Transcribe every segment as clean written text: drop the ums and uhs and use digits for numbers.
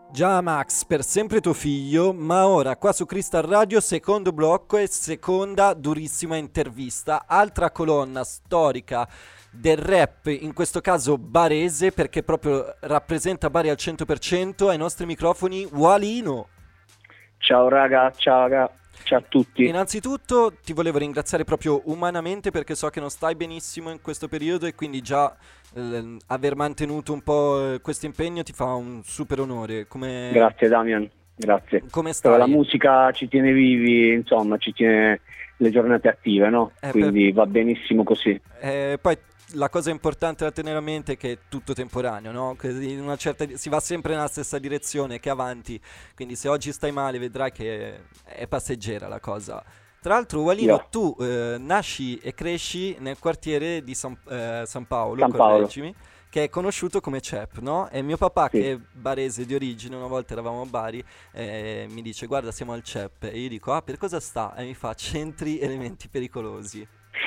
Già Max, per sempre tuo figlio, ma ora qua su Crystal Radio, secondo blocco e seconda durissima intervista, altra colonna storica del rap, in questo caso barese, perché proprio rappresenta Bari al 100%, ai nostri microfoni Walino. Ciao raga, ciao a tutti. Innanzitutto ti volevo ringraziare proprio umanamente perché so che non stai benissimo in questo periodo e quindi già aver mantenuto un po' questo impegno ti fa un super onore. Grazie Damian, grazie. Come Però la stai? musica ci tiene vivi, insomma, ci tiene le giornate attive, no? Quindi va benissimo così. Poi la cosa importante da tenere a mente è che è tutto temporaneo, no? Che in una certa si va sempre nella stessa direzione che avanti, quindi se oggi stai male vedrai che è passeggera la cosa. Tra l'altro, Walino, tu nasci e cresci nel quartiere di San Paolo, San Paolo, correggimi, che è conosciuto come CEP, no? E mio papà, sì. che è barese di origine, una volta eravamo a Bari, mi dice, guarda, siamo al CEP. E io dico, ah, per cosa sta? E mi fa, centri elementi pericolosi.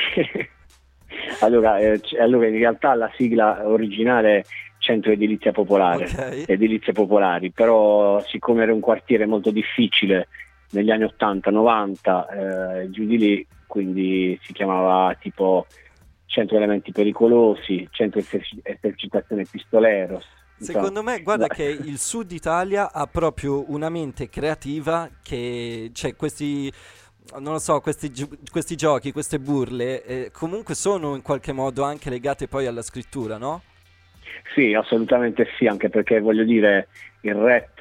Allora, in realtà la sigla originale è Centro Edilizia Popolare, Ok. Edilizie Popolari, però siccome era un quartiere molto difficile negli anni 80-90, giù di lì, quindi si chiamava tipo Centro Elementi Pericolosi, Centro Esercitazione Pistoleros. Secondo me, guarda che il sud Italia ha proprio una mente creativa che, cioè, non lo so, questi giochi, queste burle, comunque sono in qualche modo anche legate poi alla scrittura, no? Sì, assolutamente sì, anche perché voglio dire, il rap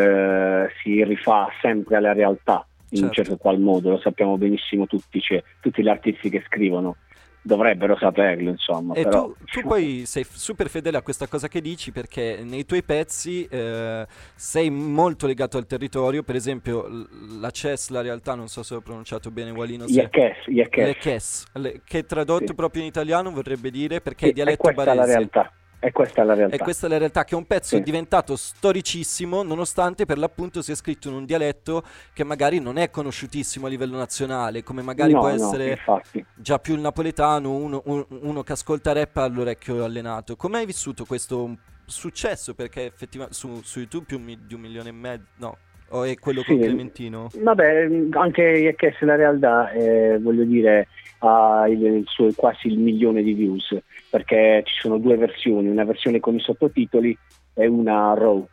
si rifà sempre alla realtà, in un Certo. certo qual modo, lo sappiamo benissimo tutti, cioè, tutti gli artisti che scrivono dovrebbero saperlo, insomma. E Però tu poi sei super fedele a questa cosa che dici perché nei tuoi pezzi sei molto legato al territorio, per esempio la CES, la realtà, non so se ho pronunciato bene, Walino, se... Le Yes, CES, che tradotto sì. proprio in italiano vorrebbe dire perché è Sì, è dialetto questa la barese. realtà, è questa la E realtà. questa è la realtà, che è un pezzo Sì. diventato storicissimo nonostante per l'appunto sia scritto in un dialetto che magari non è conosciutissimo a livello nazionale, come magari può No, essere infatti. già più il napoletano, uno che ascolta rap ha l'orecchio allenato. Come hai vissuto questo successo? Perché effettivamente su YouTube più di 1,5 milioni, no, o è quello con Sì, Clementino? vabbè, anche Yes la realtà, voglio dire, ha il suo quasi il milione di views, perché ci sono due versioni, una versione con i sottotitoli e una raw.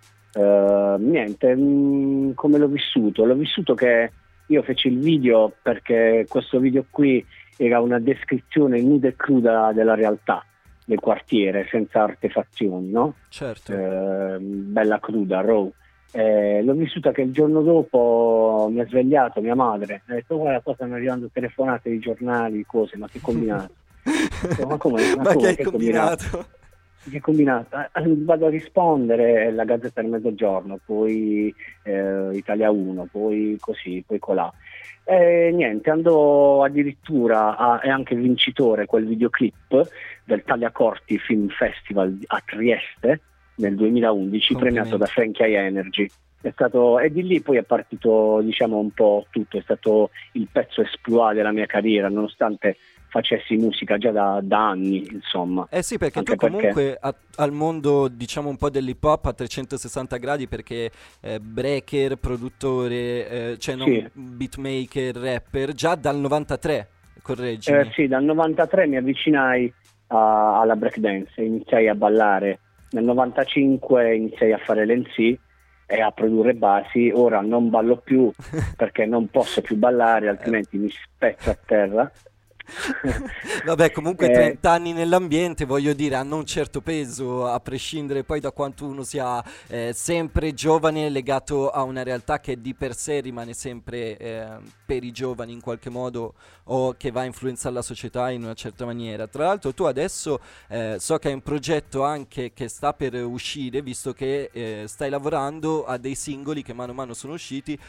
Niente, come l'ho vissuto? L'ho vissuto che io feci il video perché questo video qui era una descrizione nuda e cruda della realtà del quartiere, senza artefazioni, no? Certo. Bella cruda, raw. L'ho vissuta che il giorno dopo mi ha svegliato mia madre, ha detto guarda qua stanno arrivando telefonate di giornali, cose, ma che combinato? Ma come? Ma che hai Che combinato? combinato? Che combinato? Vado a rispondere la Gazzetta del Mezzogiorno, poi Italia 1, poi così, poi colà. Niente, andò addirittura, è anche vincitore quel videoclip del Tagliacorti Film Festival a Trieste nel 2011, premiato da Frankie High Energy. E di lì poi è partito, diciamo, un po' tutto, è stato il pezzo esploit della mia carriera, nonostante facessi musica già da anni, insomma. Eh sì, perché Anche tu comunque al mondo, diciamo, un po' dell'hip hop a 360 gradi, perché breaker, produttore, cioè non sì. beatmaker, rapper, già dal 93, correggimi. Sì, dal 93 mi avvicinai alla breakdance, iniziai a ballare. Nel 95 iniziai a fare l'NC e a produrre basi. Ora non ballo più perché non posso più ballare, altrimenti mi spezzo a terra. Vabbè, comunque 30 anni nell'ambiente, voglio dire, hanno un certo peso, a prescindere poi da quanto uno sia sempre giovane, legato a una realtà che di per sé rimane sempre per i giovani in qualche modo, o che va a influenzare la società in una certa maniera. Tra l'altro tu adesso so che hai un progetto anche che sta per uscire, visto che stai lavorando a dei singoli che mano a mano sono usciti,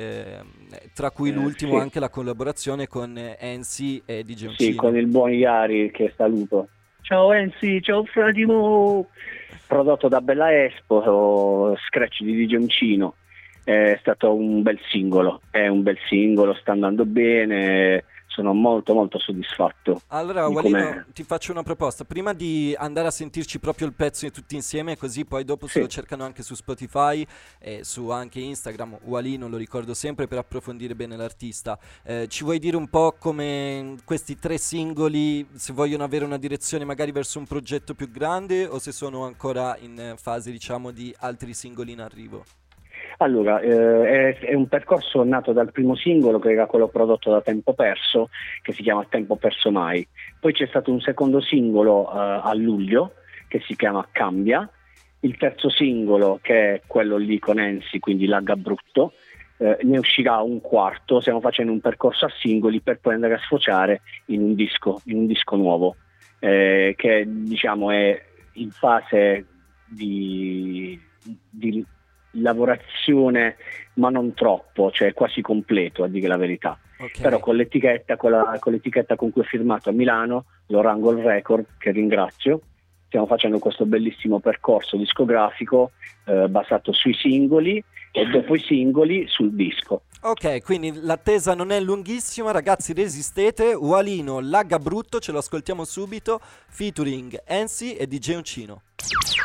tra cui l'ultimo sì. anche la collaborazione con Enzi e DJ Uncino. Sì, con il buon Iari, che saluto. Ciao Enzi, ciao Fratimo! Prodotto da Bella Espo, scratch di DJ Uncino. È stato un bel singolo, sta andando bene, sono molto molto soddisfatto. Allora, Walino, ti faccio una proposta. Prima di andare a sentirci proprio il pezzo tutti insieme, così poi dopo se lo cercano anche su Spotify e su anche Instagram, Walino lo ricordo sempre per approfondire bene l'artista. Ci vuoi dire un po' come questi 3 singoli, se vogliono avere una direzione magari verso un progetto più grande o se sono ancora in fase, diciamo, di altri singoli in arrivo? Allora, è un percorso nato dal primo singolo, che era quello prodotto da Tempo Perso, che si chiama Tempo Perso Mai. Poi c'è stato un secondo singolo a luglio, che si chiama Cambia. Il terzo singolo, che è quello lì con Ensi, quindi Lagga Brutto, ne uscirà un quarto. Stiamo facendo un percorso a singoli per poi andare a sfociare in un disco nuovo, che diciamo è in fase di lavorazione, ma non troppo, cioè quasi completo, a dire la verità. Okay. Però con l'etichetta con cui ho firmato a Milano, l'Orangol Record, che ringrazio, stiamo facendo questo bellissimo percorso discografico basato sui singoli e dopo i singoli sul disco. Ok, quindi l'attesa non è lunghissima, ragazzi, resistete. Walino, Lagga Brutto, ce lo ascoltiamo subito, featuring Ensi e DJ Uncino.